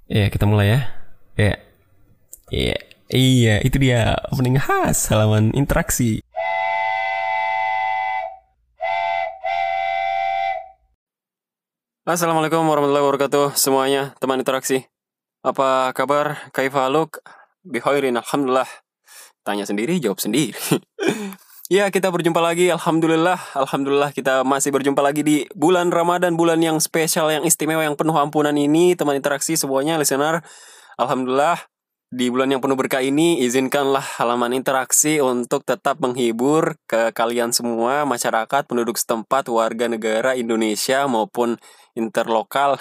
Ya, kita mulai ya. Ya. Iya. Iya, itu dia opening khas halaman interaksi. Assalamualaikum warahmatullahi wabarakatuh semuanya, teman interaksi. Apa kabar? Kaifa haluk? Bikhairin, alhamdulillah. Tanya sendiri, jawab sendiri. Ya, kita berjumpa lagi. Alhamdulillah kita masih berjumpa lagi di bulan Ramadan, bulan yang spesial, yang istimewa, yang penuh ampunan ini, teman interaksi semuanya, listener. Alhamdulillah, di bulan yang penuh berkah ini, izinkanlah halaman interaksi untuk tetap menghibur ke kalian semua, masyarakat, penduduk setempat, warga negara Indonesia maupun interlokal.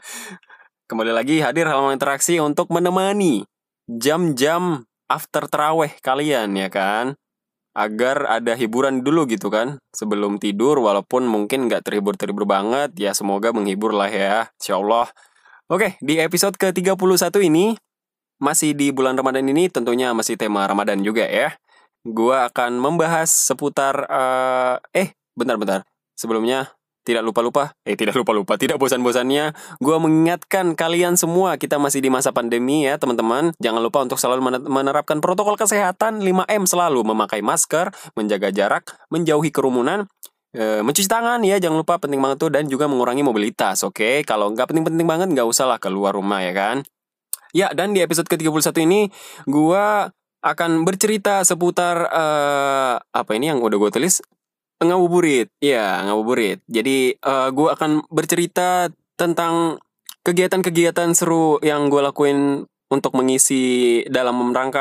Kembali lagi hadir halaman interaksi untuk menemani jam-jam after terawih kalian, ya kan? Agar ada hiburan dulu gitu kan sebelum tidur, walaupun mungkin nggak terhibur-terhibur banget, ya semoga menghibur lah ya, insyaallah. Oke, di episode ke-31 ini, masih di bulan Ramadan ini, tentunya masih tema Ramadan juga ya. Gua akan membahas seputar bentar. Sebelumnya tidak bosan-bosannya gua mengingatkan kalian semua, kita masih di masa pandemi ya, teman-teman. Jangan lupa untuk selalu menerapkan protokol kesehatan 5M, selalu memakai masker, menjaga jarak, menjauhi kerumunan, mencuci tangan ya, jangan lupa, penting banget tuh, dan juga mengurangi mobilitas. Oke, kalau nggak penting-penting banget nggak usah lah keluar rumah ya kan. Ya, dan di episode ke-31 ini gua akan bercerita seputar apa ini yang udah gue tulis? Ngabuburit. Ya, ngabuburit. Jadi gue akan bercerita tentang kegiatan-kegiatan seru yang gue lakuin untuk mengisi dalam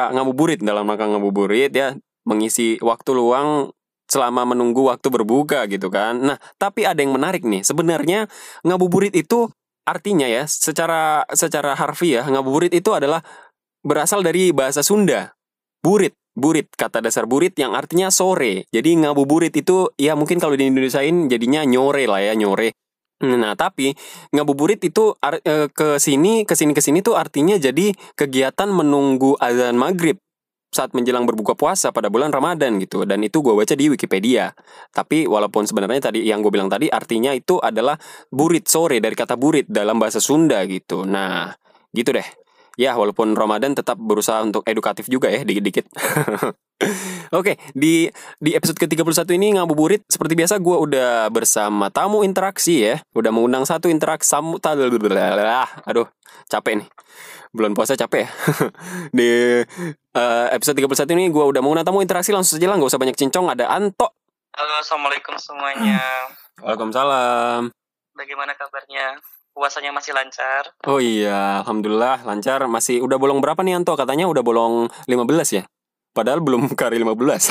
rangka ngabuburit ya, mengisi waktu luang selama menunggu waktu berbuka gitu kan. Nah, tapi ada yang menarik nih. Sebenarnya ngabuburit itu artinya ya, secara harfiah, ngabuburit itu adalah berasal dari bahasa Sunda. Burit, kata dasar burit yang artinya sore. Jadi ngabuburit itu ya mungkin kalau di Indonesiain jadinya nyore lah ya, nyore. Nah, tapi ngabuburit itu ke sini tuh artinya jadi kegiatan menunggu azan maghrib saat menjelang berbuka puasa pada bulan Ramadan gitu. Dan itu gue baca di Wikipedia. Tapi walaupun sebenarnya tadi yang gue bilang tadi artinya itu adalah burit, sore, dari kata burit dalam bahasa Sunda gitu. Nah, gitu deh. Ya, walaupun Ramadan tetap berusaha untuk edukatif juga ya, dikit-dikit. Oke, di episode ke-31 ini ngabuburit, seperti biasa gue udah bersama tamu interaksi ya. Udah mengundang satu interaksi aduh, capek nih. Bulan puasa capek ya. Di episode 31 ini gue udah mengundang tamu interaksi, langsung saja lah, gak usah banyak cincong. Ada Anto. Halo, assalamualaikum semuanya. Waalaikumsalam. Bagaimana kabarnya? Puasanya masih lancar? Oh iya, alhamdulillah lancar. Masih udah bolong berapa nih Anto? Katanya udah bolong 15 ya? Padahal belum kari 15.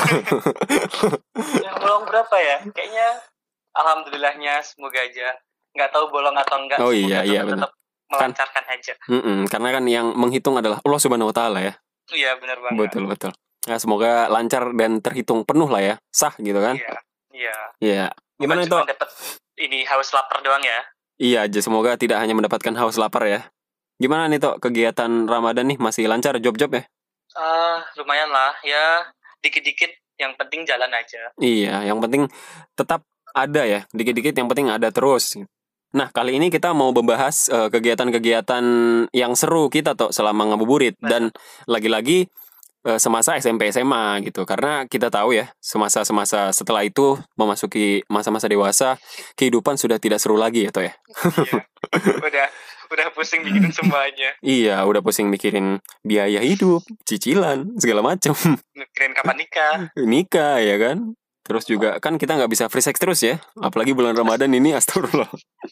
Yang bolong berapa ya? Kayaknya alhamdulillahnya semoga aja. Nggak tahu bolong atau enggak. Oh iya, benar. Tetap melancarkan aja. Karena kan yang menghitung adalah Allah Subhanahu wa taala ya. Iya, benar banget. Betul. Ya, semoga lancar dan terhitung penuh lah ya. Sah gitu kan? Iya. Gimana itu? Bukan cuma dapat ini haus lapar doang ya. Iya aja, semoga tidak hanya mendapatkan haus lapar ya. Gimana nih Tok, kegiatan Ramadan nih, masih lancar job-job ya? Lumayan lah ya, dikit-dikit, yang penting jalan aja. Iya, yang penting tetap ada ya, dikit-dikit yang penting ada terus. Nah, kali ini kita mau membahas kegiatan-kegiatan yang seru kita Tok selama ngabuburit. Dan lagi-lagi semasa SMP SMA gitu, karena kita tahu ya, semasa setelah itu memasuki masa-masa dewasa, kehidupan sudah tidak seru lagi ya Tok ya. Iya. udah pusing mikirin semuanya. Iya, udah pusing mikirin biaya hidup, cicilan, segala macam. Mikirin kapan nikah ya kan. Terus juga kan kita nggak bisa free sex terus ya, apalagi bulan Ramadan ini, astagfirullah.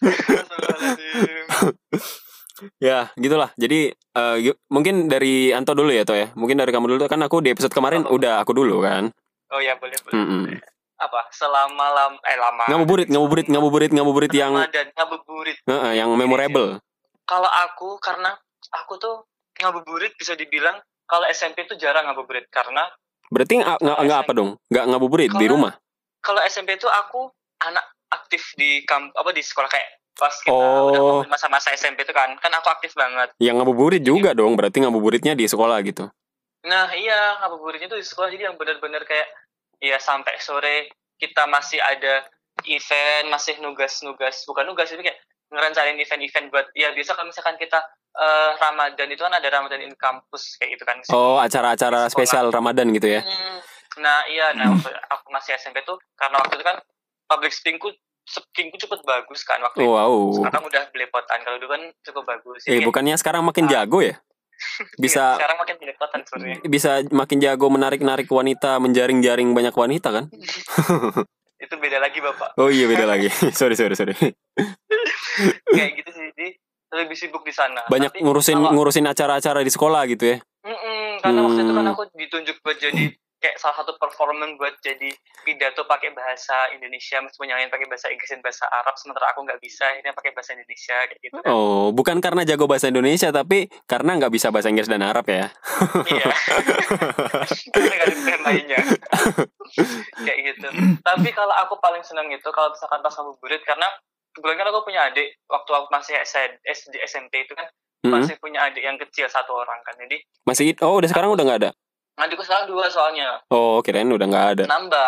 Ya, gitulah. Jadi mungkin dari Anto dulu ya Toh ya. Mungkin dari kamu dulu, kan aku di episode kemarin udah aku dulu kan. Oh ya, boleh. Apa? Selama lama. Ngabuburit yang Ramadan, ngabuburit. Yang memorable. Kalau aku, karena aku tuh ngabuburit bisa dibilang kalau SMP tuh jarang ngabuburit, karena berarti nggak apa dong? Nggak ngabuburit di rumah? Kalau SMP tuh aku anak aktif di sekolah, kayak pas kita udah masa-masa SMP itu kan aku aktif banget. Yang ngabuburit juga dong, berarti ngabuburitnya di sekolah gitu. Nah iya, ngabuburitnya tuh di sekolah, jadi yang benar-benar kayak ya sampai sore kita masih ada event, masih nugas, bukan nugas, itu kayak ngerencanain event-event buat ya biasa kalau misalkan kita Ramadan itu kan ada Ramadan in kampus kayak gitu kan. Oh, acara-acara spesial Ramadan gitu ya. Nah iya, waktu aku masih SMP tuh karena waktu itu kan public speakingku cukup bagus kan waktu itu. Sekarang udah belepotan, kalau dulu kan cukup bagus. Bukannya sekarang makin jago ya? Bisa sekarang makin belepotan sebenarnya. Bisa makin jago menarik wanita, menjaring banyak wanita kan? Itu beda lagi Bapak. Oh iya beda lagi. sorry. Kayak gitu sih, jadi lebih sibuk di sana. Banyak tapi ngurusin acara-acara di sekolah gitu ya? Karena waktu itu kan aku ditunjuk buat jadi kayak salah satu performance buat jadi pidato pakai bahasa Indonesia, meskipun yang lain pakai bahasa Inggris dan bahasa Arab, sementara aku nggak bisa, ini pakai bahasa Indonesia kayak gitu kan. Oh, bukan karena jago bahasa Indonesia, tapi karena nggak bisa bahasa Inggris dan Arab ya? Iya. Karena nggak ada pilihan lainnya. Kayak gitu. Tapi kalau aku paling senang itu kalau misalkan pas ngabuburit, karena kebetulan kan aku punya adik waktu aku masih SD SMP itu kan masih punya adik yang kecil 1 orang kan, jadi masih. Oh, udah sekarang udah nggak ada. Adikku sekarang 2 soalnya. Oh, kirain udah nggak ada. Nambah.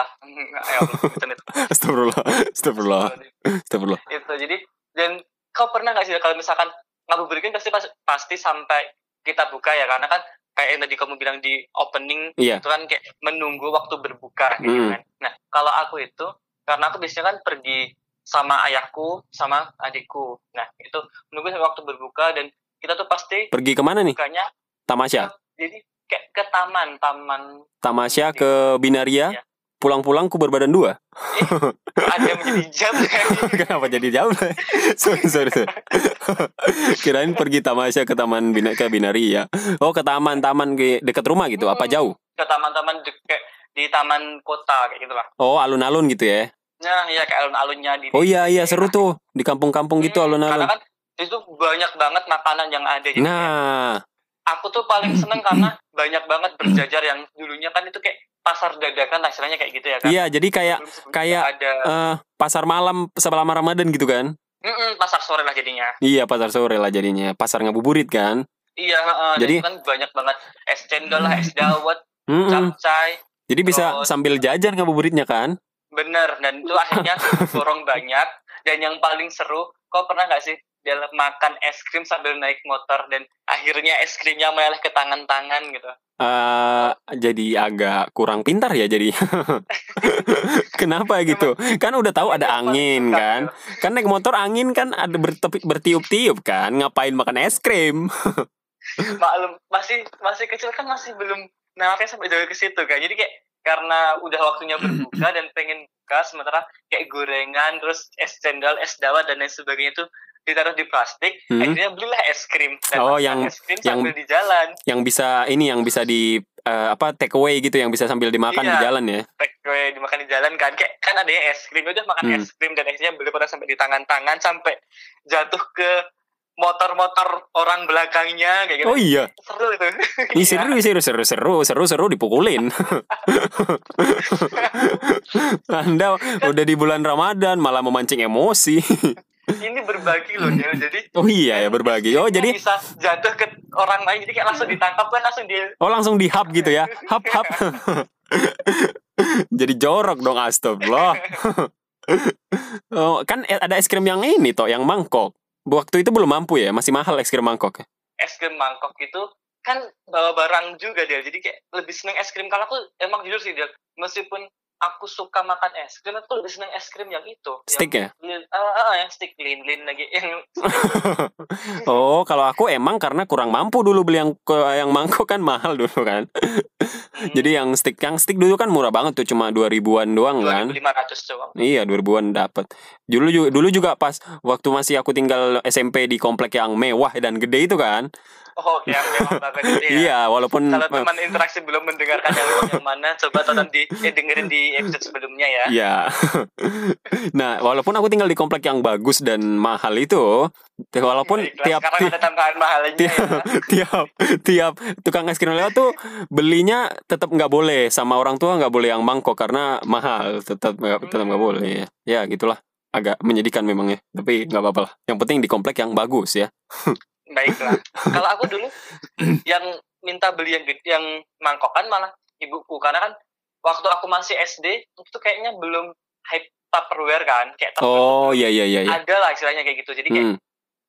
Astagfirullah. Itu jadi, dan kau pernah nggak sih kalau misalkan ngabuburit kan pasti sampai kita buka ya, karena kan kayak yang tadi kamu bilang di opening itu kan kayak menunggu waktu berbuka gitu kan. Nah kalau aku itu karena aku biasanya kan pergi sama ayahku sama adikku. Nah itu menunggu sampai waktu berbuka, dan kita tuh pasti pergi kemana nih? Bukanya Tamasya. Jadi kayak ke taman Tamasya ke Binaria. Ya. Pulang-pulang ku berbadan 2. Ada yang menjadi jam. Kenapa jadi jam? sorry. Kirain pergi Tamasya ke taman ke Binaria. Oh, ke taman-taman dekat rumah gitu. Apa jauh? Ke taman-taman kayak di taman kota kayak gitulah. Oh, alun-alun gitu ya. Nah, iya kayak alun-alunnya di. Oh iya seru tuh di kampung-kampung gitu alun-alun. Karena kan itu banyak banget makanan yang ada. Jadi nah. Aku tuh paling seneng karena banyak banget berjajar yang dulunya kan itu kayak pasar dadakan lah istilahnya kayak gitu ya kan. Iya, jadi kayak ada pasar malam selama Ramadan gitu kan. Pasar sore lah jadinya. Iya, pasar sore lah jadinya. Pasar ngabuburit kan. Iya, jadi kan banyak banget es cendol lah, es dawet, capcay. Jadi bisa sambil jajan ngabuburitnya kan. Bener, dan itu akhirnya borong banyak. Dan yang paling seru, kau pernah gak sih dalam makan es krim sambil naik motor dan akhirnya es krimnya meleleh ke tangan-tangan gitu? Jadi agak kurang pintar ya jadi. Kenapa gitu? Kan udah tahu ada angin kan. Kan naik motor angin kan ada bertiup-tiup kan. Ngapain makan es krim? Maklum, masih kecil kan, masih belum nalarnya sampai jauh ke situ kan. Jadi kayak karena udah waktunya berbuka dan pengen buka, sementara kayak gorengan, terus es cendol, es dawet dan lain sebagainya itu ditaruh di plastik, akhirnya belilah es krim. Dan es krim sambil di jalan. Yang bisa di take away gitu, yang bisa sambil dimakan di jalan ya. Take away dimakan di jalan kan, kayak kan ada ya es krim, udah makan es krim dan esnya bener-bener sampai di tangan-tangan sampai jatuh ke motor-motor orang belakangnya kayak gitu. Oh iya. Seru itu. Seru dipukulin. Anda udah di bulan Ramadan malah memancing emosi. Ini berbagi loh ya, jadi. Oh iya ya, berbagi. Oh jadi bisa jatuh ke orang lain, jadi kayak langsung ditangkap kan, langsung di. Oh langsung dihap gitu ya, hap. Jadi jorok dong, astagfirullah. Oh, kan ada es krim yang ini toh, yang mangkok. Waktu itu belum mampu ya, masih mahal es krim mangkok. Es krim mangkok itu kan bawa barang juga dia, jadi kayak lebih seneng es krim. Kalau aku emang jujur sih dia, meskipun aku suka makan es krim, aku lebih seneng es krim yang itu. Stick ya? Yang stick lean lagi yang. Oh, kalau aku emang karena kurang mampu dulu beli yang mangkok kan mahal dulu kan. Jadi yang stick dulu kan murah banget tuh, cuma 2.000-an doang kan. 2.500 doang. Iya, 2.000-an dapat. Dulu juga pas waktu masih aku tinggal SMP di komplek yang mewah dan gede itu kan. Oh, yang memang banget ya. Iya, walaupun kalau teman interaksi belum mendengarkan yang mana, coba tonton dengerin di episode sebelumnya ya. Iya. Nah, walaupun aku tinggal di komplek yang bagus dan mahal itu, walaupun tiap ada tambahan mahalnya tiap tukang es krim lewat tuh belinya tetap nggak boleh, sama orang tua nggak boleh yang mangkok karena mahal, tetap nggak boleh. Ya gitulah, agak menyedihkan memang ya, tapi nggak apa-apa lah. Yang penting di komplek yang bagus ya. Baiklah. Kalau aku dulu yang minta beli yang mangkokan malah ibuku, karena kan waktu aku masih SD itu kayaknya belum hype Tupperware kan, kayak Tupperware. Oh iya. Ada lah istilahnya kayak gitu. Jadi kayak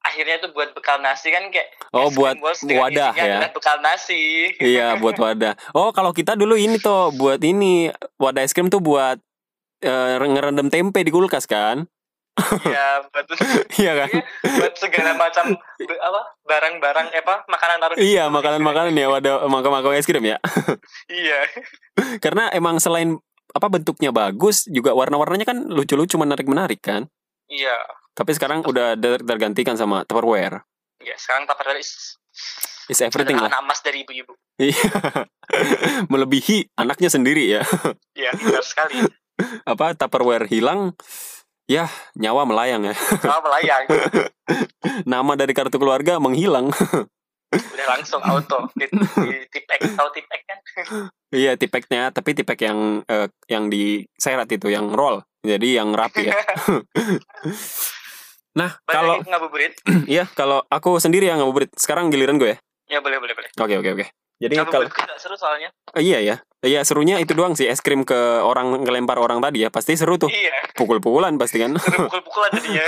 akhirnya tuh buat bekal nasi kan kayak buat wadah ya. Bekal nasi. Iya, buat wadah. Oh, kalau kita dulu ini tuh buat ini wadah es krim tuh buat ngerendam tempe di kulkas kan? Iya, buat iya kan? Buat segala macam barang-barang makanan taruh. Iya, makanan-makanan ya wadah mangkok es krim ya. Iya. Karena emang selain bentuknya bagus, juga warna-warnanya kan lucu-lucu, menarik-menarik kan? Iya. Tapi sekarang udah tergantikan sama Tupperware. Iya, sekarang Tupperware is everything lah. Anak emas dari ibu-ibu. Iya. Melebihi anaknya sendiri ya. Iya, benar sekali. Tupperware hilang, ya nyawa melayang ya. Nyawa melayang. Nama dari kartu keluarga menghilang. Udah langsung auto di tipek, tahu tipek kan? Iya, tipeknya, tapi tipek yang diseret itu, yang roll, jadi yang rapi ya. Nah, kalau ngabuburit, iya, kalau aku sendiri yang ngabuburit. Sekarang giliran gue ya. Ya boleh. Oke. Jadi kalau seru soalnya. Iya, serunya itu doang sih, es krim ke orang, ngelempar orang tadi ya, pasti seru tuh. Iya. Pukul-pukulan pasti kan. Pukul-pukulan jadinya.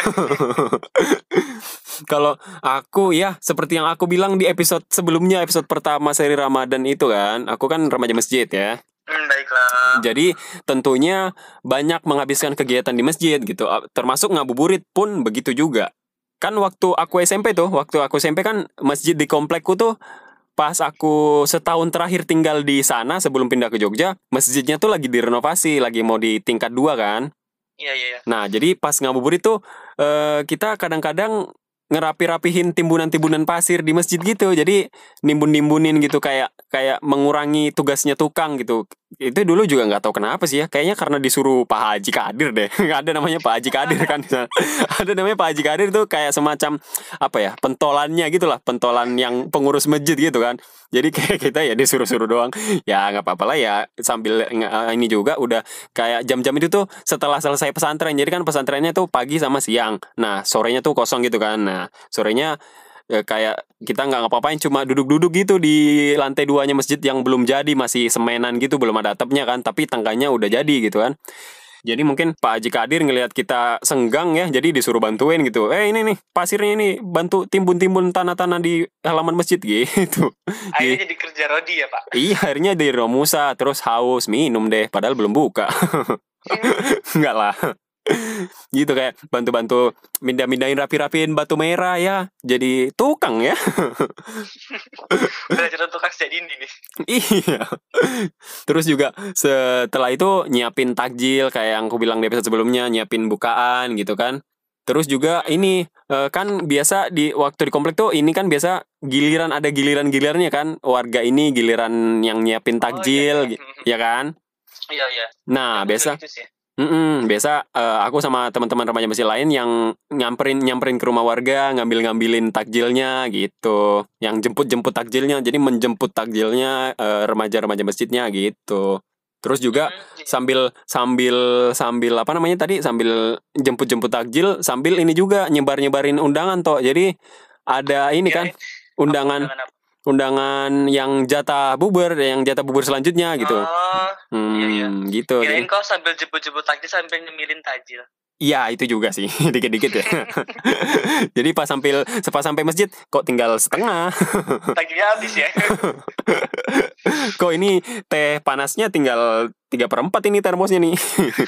Kalau aku ya, seperti yang aku bilang di episode sebelumnya, episode pertama seri Ramadan itu kan, aku kan remaja masjid ya. Baiklah. Jadi tentunya banyak menghabiskan kegiatan di masjid gitu, termasuk ngabuburit pun begitu juga. Kan waktu aku SMP kan masjid di komplekku tuh, pas aku setahun terakhir tinggal di sana sebelum pindah ke Jogja, masjidnya tuh lagi direnovasi, lagi mau di tingkat 2 kan. Iya. Nah, jadi pas ngabuburit tuh kita kadang-kadang ngerapi-rapihin timbunan-timbunan pasir di masjid gitu. Jadi nimbun-nimbunin gitu, kayak mengurangi tugasnya tukang gitu. Itu dulu juga nggak tahu kenapa sih ya. Kayaknya karena disuruh Pak Haji Kadir deh. Ada namanya Pak Haji Kadir kan. Ada namanya Pak Haji Kadir tuh kayak semacam pentolannya gitu lah, pentolan yang pengurus masjid gitu kan. Jadi kayak kita ya disuruh-suruh doang. Ya nggak apa-apa lah ya, sambil ini juga udah kayak jam-jam itu tuh setelah selesai pesantren. Jadi kan pesantrennya tuh pagi sama siang. Nah, sorenya tuh kosong gitu kan. Nah, sorenya kayak kita nggak ngapa-ngapain, cuma duduk-duduk gitu di lantai 2-nya masjid yang belum jadi, masih semenan gitu, belum ada atapnya kan, tapi tangganya udah jadi gitu kan. Jadi mungkin Pak Haji Kadir ngelihat kita senggang ya, jadi disuruh bantuin gitu. Ini nih pasirnya ini, bantu timbun-timbun tanah-tanah di halaman masjid gitu. Akhirnya jadi kerja Rodi ya Pak? Iya, akhirnya di Romusa, terus haus minum deh, padahal belum buka. Enggak lah. Gitu, kayak bantu-bantu mindahin rapi-rapiin batu merah ya, jadi tukang ya. Belajar tukang sejak dini nih. Iya. Terus juga setelah itu nyiapin takjil, kayak yang aku bilang di episode sebelumnya, nyiapin bukaan gitu kan. Terus juga ini kan biasa di waktu di komplek tuh ini kan biasa ada giliran-gilirannya kan, warga ini giliran yang nyiapin takjil, ya kan? Iya. Nah, biasa aku sama teman-teman remaja masjid lain yang nyamperin ke rumah warga, ngambilin takjilnya gitu, yang jemput takjilnya, jadi menjemput takjilnya remaja-remaja masjidnya gitu. Terus juga sambil sambil jemput takjil, sambil ini juga nyebarin undangan toh. Jadi ada ini kan undangan yang jatah bubur selanjutnya gitu. Iya. Gitu. Kirain kau sambil jemput takjil sambil nyemilin takjil. Iya, itu juga sih, dikit-dikit ya. Jadi pas sampai masjid kok tinggal setengah. Takjilnya habis ya. Kok ini teh panasnya tinggal 3/4 ini termosnya nih.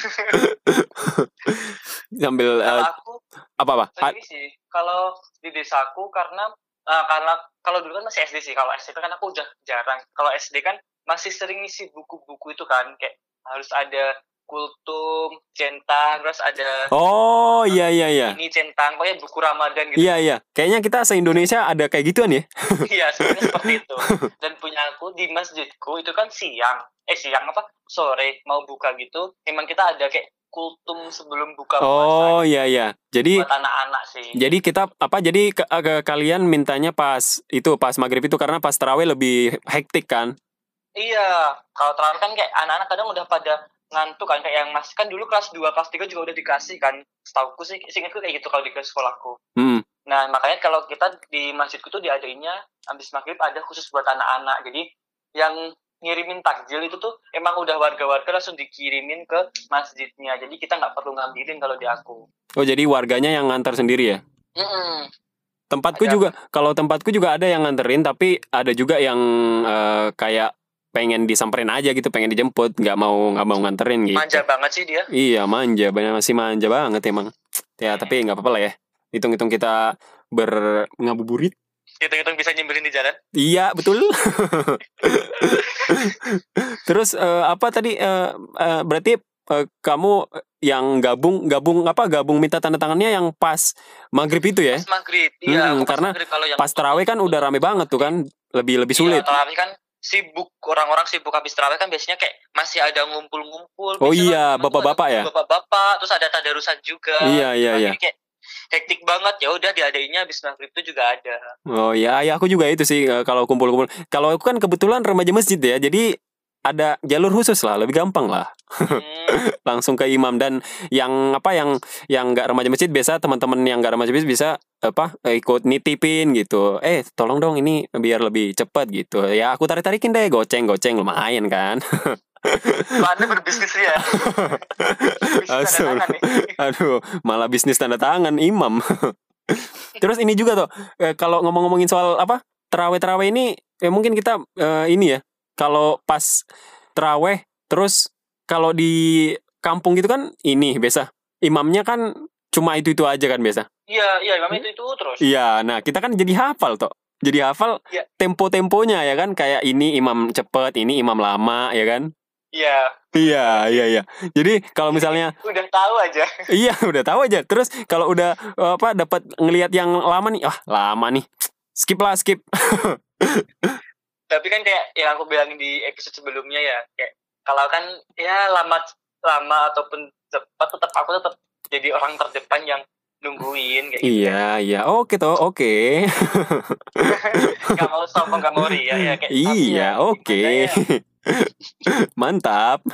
Sambil apa? Ini sih, kalau di desaku karena kalau dulu kan masih SD sih. Kalau SD kan aku udah jarang. Kalau SD kan masih sering ngisi buku-buku itu kan, kayak harus ada kultum, centang, terus ada iya. Ini centang, pokoknya buku Ramadan gitu. Iya. Kayaknya kita se-Indonesia ada kayak gituan ya. Iya, sebenarnya seperti itu. Dan punya aku di masjidku itu kan sore mau buka gitu. Memang kita ada kayak kultum sebelum buka puasa. Iya. Jadi buat anak-anak sih. Jadi kita kalian mintanya pas maghrib itu karena pas tarawih lebih hektik kan? Iya, kalau tarawih kan kayak anak-anak kadang udah pada ngantuk kan, kayak yang masih kan dulu kelas 2, kelas 3 juga udah dikasih kan. Setauku sih, seingatku kayak gitu kalau di sekolahku. Nah, makanya kalau kita di masjidku tuh diadainnya habis maghrib ada khusus buat anak-anak. Jadi yang ngirimin takjil itu tuh emang udah warga-warga langsung dikirimin ke masjidnya. Jadi kita nggak perlu ngambilin kalau di aku. Oh, jadi warganya yang ngantar sendiri ya? Tempatku juga, kalau tempatku juga ada yang nganterin, tapi ada juga yang kayak pengen disamperin aja gitu, pengen dijemput, nggak mau nganterin gitu. Manja banget sih dia. Iya, manja, masih manja banget emang. Ya, tapi nggak apa-apa lah ya. Hitung-hitung kita ngabuburit. Hitung-hitung bisa nyemberin di jalan. Iya, betul. Terus apa tadi? Berarti kamu yang gabung minta tanda tangannya yang pas maghrib itu ya? Pas maghrib, iya. Karena maghrib, kalau yang pas tarawih kan udah rame banget tuh kan, lebih sulit. Iya, tarawih kan sibuk, orang-orang sibuk habis tarawih kan biasanya kayak masih ada ngumpul-ngumpul. Oh iya, bapak-bapak ya. Bapak-bapak, terus ada tadarusan juga. Iya. Jadi kayak hektik banget, ya udah diadainnya habis maghrib itu juga ada. Oh iya, aku juga itu sih kalau kumpul-kumpul. Kalau aku kan kebetulan remaja masjid ya, jadi ada jalur khusus lah, lebih gampang lah. Langsung ke imam. Dan yang nggak remaja masjid, biasa teman-teman yang nggak remaja masjid bisa ikut nitipin gitu. Tolong dong ini biar lebih cepat gitu. Ya aku tarikin deh, goceng lumayan kan. Anda berbisnis ya. Aduh, malah bisnis tanda tangan imam. Terus ini juga tuh, kalau ngomongin soal terawih ini, mungkin kita ini ya. Kalau pas terawih, terus kalau di kampung gitu kan ini biasa imamnya kan cuma itu aja kan biasa. Iya imamnya itu terus. Iya, nah kita kan jadi hafal toh. Jadi hafal tempo-temponya ya kan, kayak ini imam cepet, ini imam lama ya kan. Iya. Jadi kalau misalnya udah tahu aja. Iya, udah tahu aja. Terus kalau udah dapat ngelihat yang lama nih, lama nih. Skip. Tapi kan kayak yang aku bilang di episode sebelumnya ya, kayak kalau kan ya lama ataupun cepat, aku tetap jadi orang terdepan yang nungguin kayak gitu. Iya. Oke. Gak mau sombong, gak mau ria ya kayak. Iya, oke. Mantap.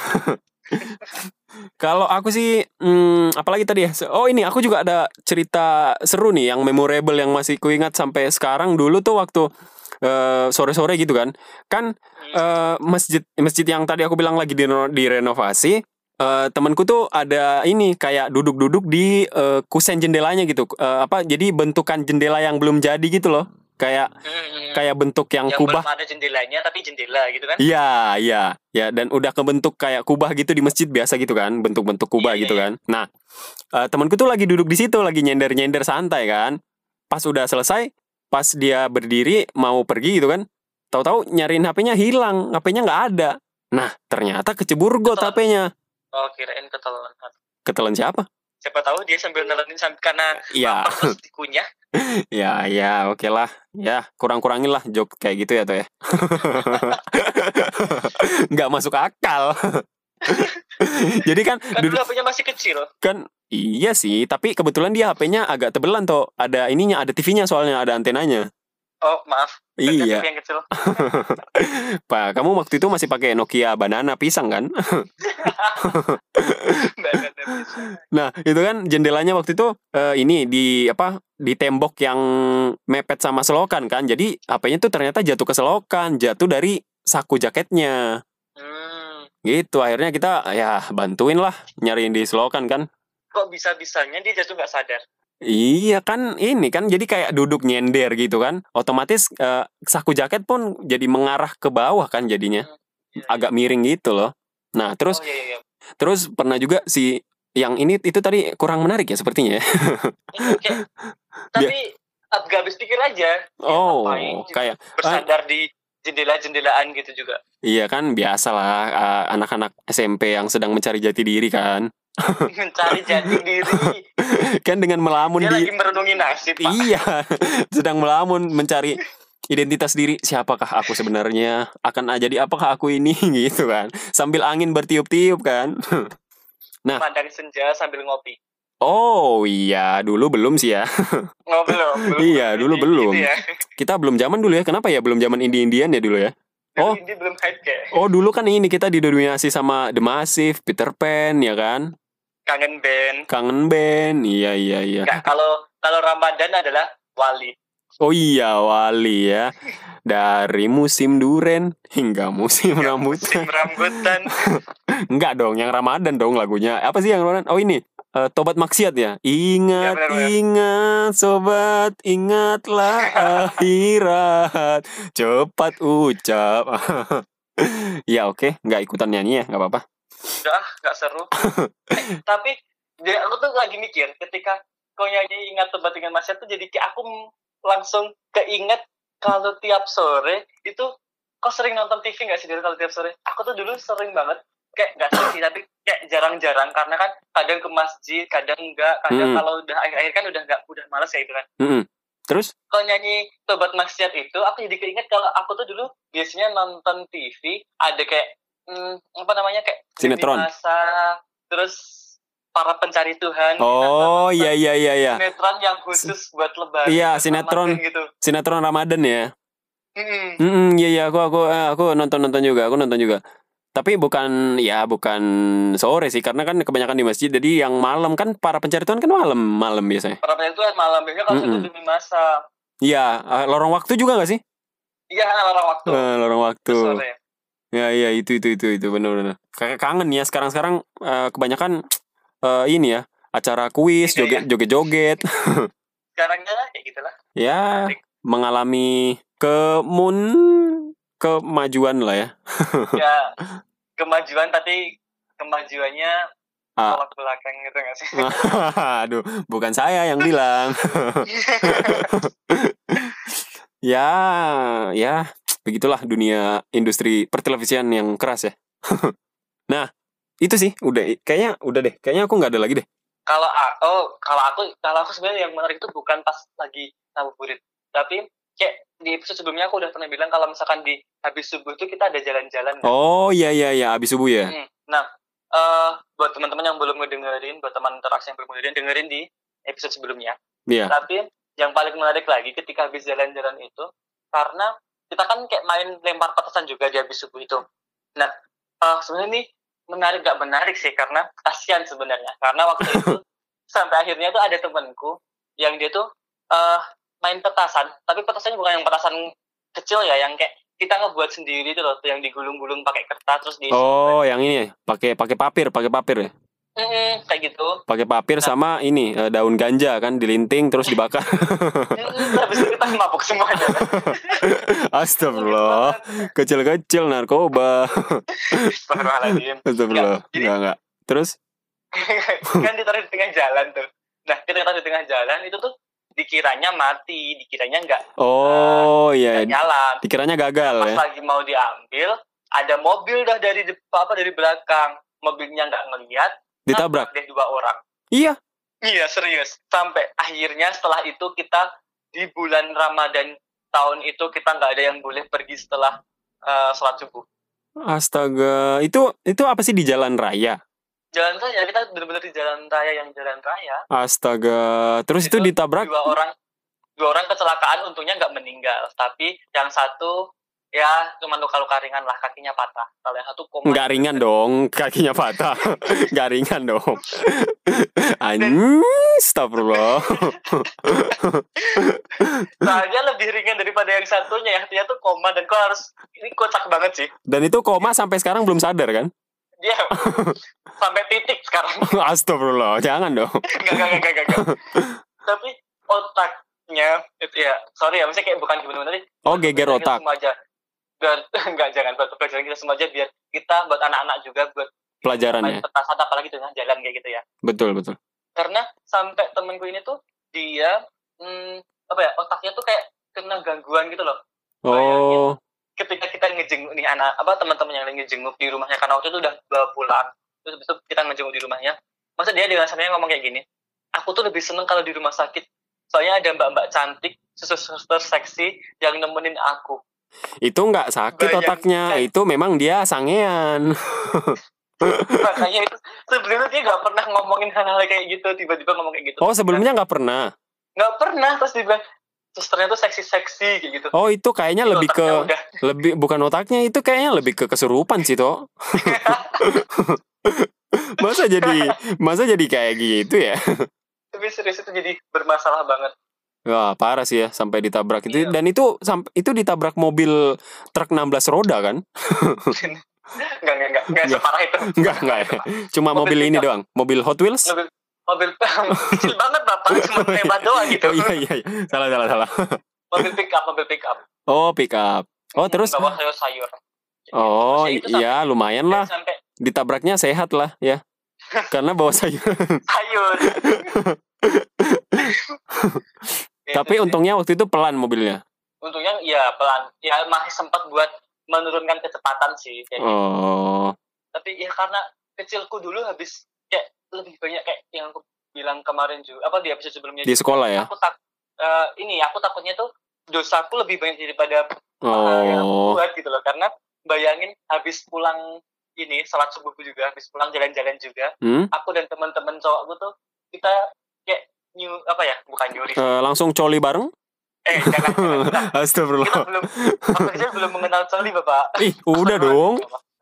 Kalau aku sih apalagi tadi ya. Oh, ini aku juga ada cerita seru nih yang memorable yang masih kuingat sampai sekarang. Dulu tuh waktu sore-sore gitu kan masjid yang tadi aku bilang lagi direnovasi. Temanku tuh ada ini kayak duduk-duduk di kusen jendelanya gitu. Jadi bentukan jendela yang belum jadi gitu loh. Kayak bentuk yang kubah. Belum ada jendelanya tapi jendela gitu kan. Iya. Ya, dan udah kebentuk kayak kubah gitu di masjid biasa gitu kan, bentuk-bentuk kubah gitu kan. Nah, temanku tuh lagi duduk di situ, lagi nyender-nyender santai kan. Pas udah selesai, pas dia berdiri mau pergi gitu kan, tahu-tahu nyariin HP-nya hilang, HP-nya nggak ada. Nah, ternyata kecebur got HP-nya. Oh, kirain ketelan. Ketelan siapa? Siapa tahu dia sambil nelenin karena terus dikunyah. Ya, oke lah. Ya, kurang-kurangin lah joke kayak gitu ya tuh ya. Nggak masuk akal. Jadi kan dulu HP-nya masih kecil. Kan iya sih, tapi kebetulan dia HP-nya agak tebelan toh. Ada ininya, ada TV-nya soalnya, ada antenanya. Oh, maaf. Iya. Yang kecil. Pak, kamu waktu itu masih pakai Nokia banana pisang kan? Banana pisang. Nah, itu kan jendelanya waktu itu ini di tembok yang mepet sama selokan kan. Jadi HP-nya tuh ternyata jatuh ke selokan, jatuh dari saku jaketnya. Gitu, akhirnya kita ya bantuin lah nyariin di selokan kan. Kok bisa-bisanya dia jatuh nggak sadar? Iya kan, ini kan jadi kayak duduk nyender gitu kan. Otomatis saku jaket pun jadi mengarah ke bawah kan jadinya. Agak miring gitu loh. Nah, terus terus pernah juga si yang ini itu tadi kurang menarik ya sepertinya ya. Tapi gak habis pikir aja. Oh, kayak bersandar di jendela-jendelaan gitu juga. Iya kan, biasalah anak-anak SMP yang sedang mencari jati diri kan. Mencari jati diri. Kan dengan melamun dia lagi merenungi nasib, Pak. Iya, sedang melamun mencari identitas diri. Siapakah aku sebenarnya? Akan jadi apakah aku ini gitu kan? Sambil angin bertiup-tiup kan. Nah, pandang senja sambil ngopi. Oh iya, dulu belum sih ya. Oh, belum. Iya, dulu belum. Gitu ya. Kita belum zaman dulu ya. Kenapa ya belum zaman indie-indian ya dulu ya? Oh, indie belum hype kayak. Oh, dulu kan ini kita didominasi sama The Massive, Peter Pan ya kan? Kangen band, iya. Nggak, kalau Ramadan adalah Wali. Oh iya, Wali ya. Dari musim duren hingga musim rambutan. Enggak dong, yang Ramadan dong lagunya. Apa sih yang Ramadan? Oh ini, Tobat Maksiat ya. Ingat, Ya, benar. ingat, sobat, ingatlah akhirat. Cepat ucap. Ya oke, nggak ikutan nyanyi ya, nggak apa-apa. Udah, nggak seru. Tapi aku tuh lagi mikir, ketika kau nyanyi Ingat Tobat Ingat Maksiat tuh jadi kayak aku langsung keinget kalau tiap sore itu, kau sering nonton TV nggak sih kalau tiap sore? Aku tuh dulu sering banget, kayak nggak sering sih, tapi kayak jarang-jarang, karena kan kadang ke masjid, kadang enggak, kadang kalau udah akhir-akhir kan udah malas kayak gitu kan. Terus? Kalau nyanyi Tobat Maksiat itu, aku jadi keinget kalau aku tuh dulu biasanya nonton TV, ada kayak apa namanya, kayak sinetron masa, terus para pencari Tuhan. Oh iya. Sinetron yang khusus buat lebaran. Iya, sinetron gitu. Sinetron Ramadan ya. Iya aku nonton juga. Tapi bukan sore sih, karena kan kebanyakan di masjid. Jadi yang malam kan para pencari Tuhan kan malam biasanya. Para pencari Tuhan malam biasanya kalau itu demi masa. Iya, lorong waktu juga nggak sih? Iya, lorong waktu. Lorong waktu. Sore. Ya itu benar. Kayak kangen ya sekarang kebanyakan ini ya, acara kuis, joget-joget. Sekarangnya kayak gitulah. Ya, mengalami kemajuan lah ya. Ya, kemajuan, tapi kemajuannya tolak belakang gitu nggak sih? Aduh, bukan saya yang bilang. Ya, begitulah dunia industri pertelevisian yang keras ya. Nah, itu sih kayaknya udah deh. Kayaknya aku nggak ada lagi deh. Kalau aku sebenarnya yang menarik itu bukan pas lagi ngabuburit, tapi kayak di episode sebelumnya aku udah pernah bilang kalau misalkan di habis subuh itu kita ada jalan-jalan. Oh iya, habis subuh ya. Nah, buat teman-teman yang belum ngedengerin, buat teman interaksi yang belum dengerin di episode sebelumnya. Iya. Tapi yang paling menarik lagi ketika habis jalan-jalan itu, karena kita kan kayak main lempar petasan juga di habis subuh itu. Nah, sebenarnya ini menarik gak menarik sih, karena kasihan sebenarnya, karena waktu itu sampai akhirnya tuh ada temanku yang dia tuh main petasan, tapi petasannya bukan yang petasan kecil ya, yang kayak kita ngebuat sendiri tuh loh, yang digulung-gulung pakai kertas terus diisi. Oh, yang ini pakai papir ya. Kayak gitu. Pakai papir sama ini daun ganja kan, dilinting terus dibakar. Habis itu kita mabuk semuanya. Astagfirullah, kecil-kecil narkoba. Astagfirullah. Enggak. Terus? Kan ditaruh di tengah jalan tuh. Nah, kita taruh di tengah jalan itu tuh dikiranya mati, dikiranya enggak. Oh iya. Jalan. Dikiranya gagal ya. Pas lagi mau diambil, ada mobil dah dari belakang. Mobilnya enggak ngelihat. Ditabrak deh 2 orang. Iya serius. Sampai akhirnya setelah itu kita di bulan Ramadan tahun itu kita nggak ada yang boleh pergi setelah sholat subuh. Astaga, itu apa sih, di jalan raya? Jalan raya, kita benar-benar di jalan raya. Astaga, terus itu ditabrak? 2 orang kecelakaan, untungnya nggak meninggal, tapi yang satu ya cuma luka-luka ringan lah, kakinya patah. Kalau yang satu koma. Nggak ringan dong, kakinya patah. Nggak ringan dong. Astagfirullah. Soalnya lebih ringan daripada yang satunya, yang satunya tuh koma, dan kok harus, ini kocak banget sih. Dan itu koma sampai sekarang belum sadar kan? Dia sampai titik sekarang. Astagfirullah, jangan dong. Enggak. Tapi otaknya itu ya, sorry ya, maksudnya kayak bukan gimana tadi. Oh, geger otak. Semua aja. Jangan buat pelajaran kita semua aja, biar kita buat anak-anak juga buat pelajaran ya. Petasan apalagi dengan jalan kayak gitu ya. Betul. Karena sampai temenku ini tuh dia otaknya tuh kayak kena gangguan gitu loh. Oh. Ketika kita ngejenguk nih teman-teman yang lagi ngejenguk di rumahnya, karena waktu itu udah pulang, terus besok kita ngejenguk di rumahnya. Masa dia dengan sananya ngomong kayak gini, aku tuh lebih seneng kalau di rumah sakit, soalnya ada mbak-mbak cantik, suster seksi yang nemenin aku. Itu nggak sakit otaknya, itu memang dia sangean. Makanya itu sebelumnya dia nggak pernah ngomongin hal-hal kayak gitu, tiba-tiba ngomong kayak gitu. Oh, sebelumnya nggak pernah? Nggak pernah, terus dia bilang susternya tuh seksi-seksi kayak gitu. Oh, itu kayaknya lebih ke bukan otaknya, itu kayaknya lebih ke kesurupan sih toh. masa jadi kayak gitu ya? Tapi serius itu jadi bermasalah banget. Wah, parah sih ya, sampai ditabrak itu. Iya. Dan itu ditabrak mobil truk 16 roda kan? Enggak separah itu. Enggak ya. Cuma mobil ini doang. Mobil Hot Wheels? Mobil kecil banget Bapak, cuma lebar doang gitu. Oh iya. Salah. Mobil pick up. Oh, pick up. Oh, terus bawa sayur. Oh, iya lumayan lah. Sampai ditabraknya sehat lah ya. Karena bawa sayur. Tapi untungnya waktu itu pelan mobilnya. Untungnya ya pelan. Ya masih sempat buat menurunkan kecepatan sih kayak gitu. Tapi ya karena kecilku dulu habis kayak lebih banyak kayak yang aku bilang kemarin juga di episode sebelumnya di sekolah ya. Aku takutnya tuh dosaku lebih banyak daripada yang aku buat gitu loh, karena bayangin habis pulang ini salat subuhku juga, habis pulang jalan-jalan juga, aku dan teman-teman cowokku tuh kita kayak bukan nyuri langsung coli bareng. Jangan. Astagfirullah. Kita belum mengenal coli Bapak. Udah dong.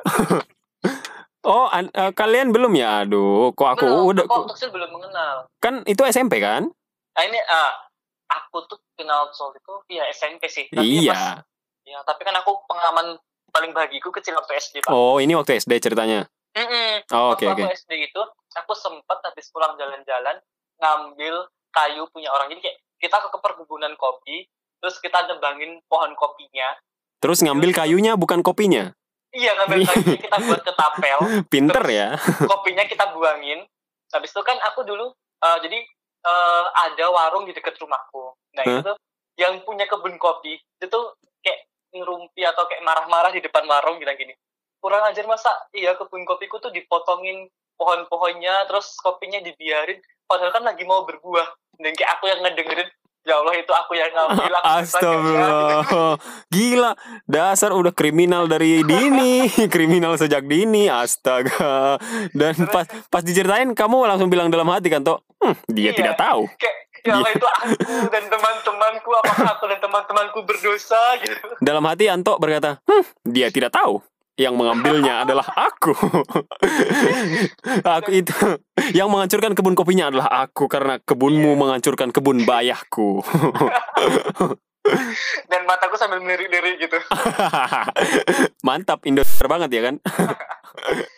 Oh, kalian belum ya? Aduh, kok aku udah. Kok kecil belum mengenal. Kan itu SMP kan? Nah ini aku tuh kenal coli itu ya SMP sih. Tapi iya. Tapi kan aku pengalaman paling bahagiaku kecil waktu SD Pak. Oh, ini waktu SD ceritanya. Oke. Waktu SD itu aku sempat habis pulang jalan-jalan ngambil kayu punya orang. Jadi kayak kita ke perkebunan kopi, terus kita nebangin pohon kopinya. Terus ngambil kayunya bukan kopinya? Iya, ngambil kayunya kita buat ketapel. Pinter ya. Kopinya kita buangin. Habis itu kan aku dulu jadi ada warung di dekat rumahku. Nah itu yang punya kebun kopi itu tuh kayak ngerumpi atau kayak marah-marah di depan warung bilang gini, kurang ajar masa kebun kopiku tuh dipotongin pohon-pohonnya terus kopinya dibiarin padahal kan lagi mau berbuah. Dan kayak aku yang ngedengerin, ya Allah itu aku yang ngambil. Astagfirullah. Gila, dasar udah kriminal dari dini. Kriminal sejak dini, astaga. Dan pas diceritain kamu langsung bilang dalam hati kan, dia tidak tahu. Kayak, ya Allah itu aku dan teman-temanku, apakah aku dan teman-temanku berdosa gitu. Dalam hati Anto berkata, dia tidak tahu. Yang mengambilnya adalah aku. Aku itu. Yang menghancurkan kebun kopinya adalah aku. Karena kebunmu menghancurkan kebun bayahku. Dan mataku sambil melirik-lirik gitu. Mantap, Indo banget ya kan.